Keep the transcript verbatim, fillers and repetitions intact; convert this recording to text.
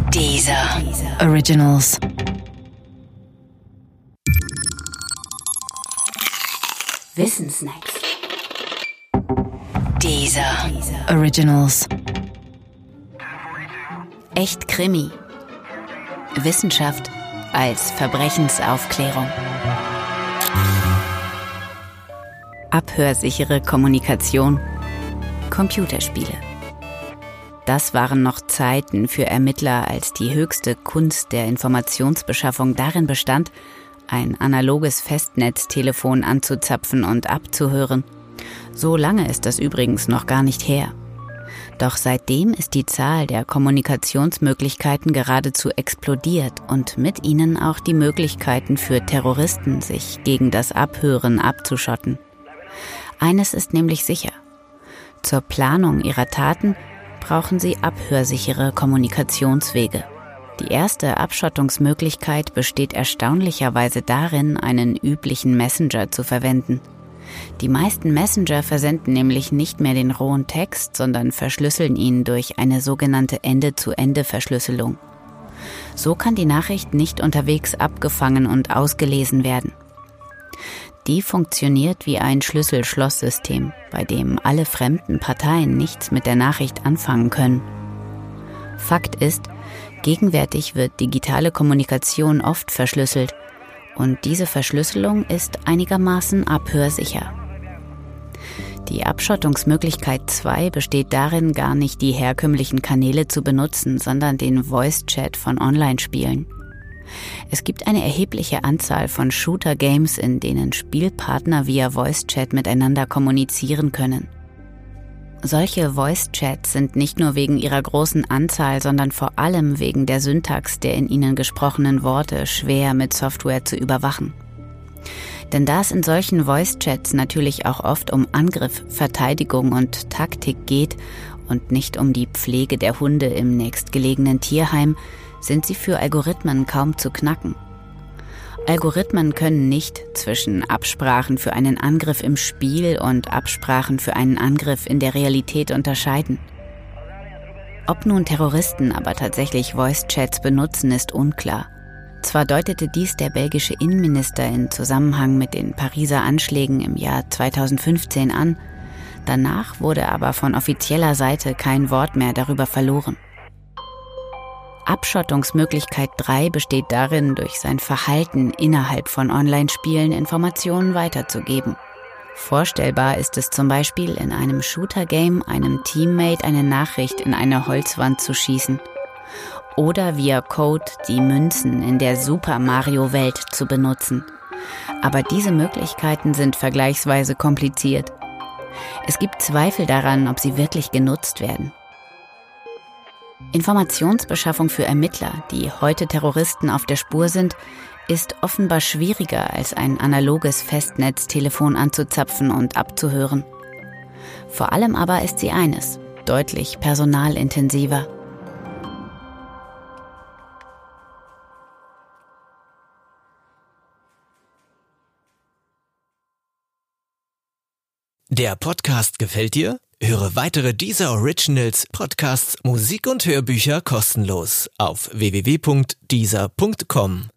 Deezer Originals. Wissensnacks. Deezer Originals. Echt Krimi. Wissenschaft als Verbrechensaufklärung. Abhörsichere Kommunikation. Computerspiele. Das waren noch Zeiten für Ermittler, als die höchste Kunst der Informationsbeschaffung darin bestand, ein analoges Festnetztelefon anzuzapfen und abzuhören. So lange ist das übrigens noch gar nicht her. Doch seitdem ist die Zahl der Kommunikationsmöglichkeiten geradezu explodiert und mit ihnen auch die Möglichkeiten für Terroristen, sich gegen das Abhören abzuschotten. Eines ist nämlich sicher: Zur Planung ihrer Taten brauchen sie abhörsichere Kommunikationswege. Die erste Abschottungsmöglichkeit besteht erstaunlicherweise darin, einen üblichen Messenger zu verwenden. Die meisten Messenger versenden nämlich nicht mehr den rohen Text, sondern verschlüsseln ihn durch eine sogenannte Ende-zu-Ende-Verschlüsselung. So kann die Nachricht nicht unterwegs abgefangen und ausgelesen werden. Die funktioniert wie ein Schlüssel-Schloss-System, bei dem alle fremden Parteien nichts mit der Nachricht anfangen können. Fakt ist, gegenwärtig wird digitale Kommunikation oft verschlüsselt und diese Verschlüsselung ist einigermaßen abhörsicher. Die Abschottungsmöglichkeit zwei besteht darin, gar nicht die herkömmlichen Kanäle zu benutzen, sondern den Voice-Chat von Online-Spielen. Es gibt eine erhebliche Anzahl von Shooter-Games, in denen Spielpartner via Voice-Chat miteinander kommunizieren können. Solche Voice-Chats sind nicht nur wegen ihrer großen Anzahl, sondern vor allem wegen der Syntax der in ihnen gesprochenen Worte schwer mit Software zu überwachen. Denn da es in solchen Voice-Chats natürlich auch oft um Angriff, Verteidigung und Taktik geht und nicht um die Pflege der Hunde im nächstgelegenen Tierheim, sind sie für Algorithmen kaum zu knacken. Algorithmen können nicht zwischen Absprachen für einen Angriff im Spiel und Absprachen für einen Angriff in der Realität unterscheiden. Ob nun Terroristen aber tatsächlich Voice-Chats benutzen, ist unklar. Zwar deutete dies der belgische Innenminister in Zusammenhang mit den Pariser Anschlägen im Jahr zweitausendfünfzehn an, danach wurde aber von offizieller Seite kein Wort mehr darüber verloren. Abschottungsmöglichkeit drei besteht darin, durch sein Verhalten innerhalb von Online-Spielen Informationen weiterzugeben. Vorstellbar ist es zum Beispiel, in einem Shooter-Game einem Teammate eine Nachricht in eine Holzwand zu schießen oder via Code die Münzen in der Super Mario-Welt zu benutzen. Aber diese Möglichkeiten sind vergleichsweise kompliziert. Es gibt Zweifel daran, ob sie wirklich genutzt werden. Informationsbeschaffung für Ermittler, die heute Terroristen auf der Spur sind, ist offenbar schwieriger, als ein analoges Festnetztelefon anzuzapfen und abzuhören. Vor allem aber ist sie eines: deutlich personalintensiver. Der Podcast gefällt dir? Höre weitere Deezer Originals, Podcasts, Musik und Hörbücher kostenlos auf w w w punkt deezer punkt com.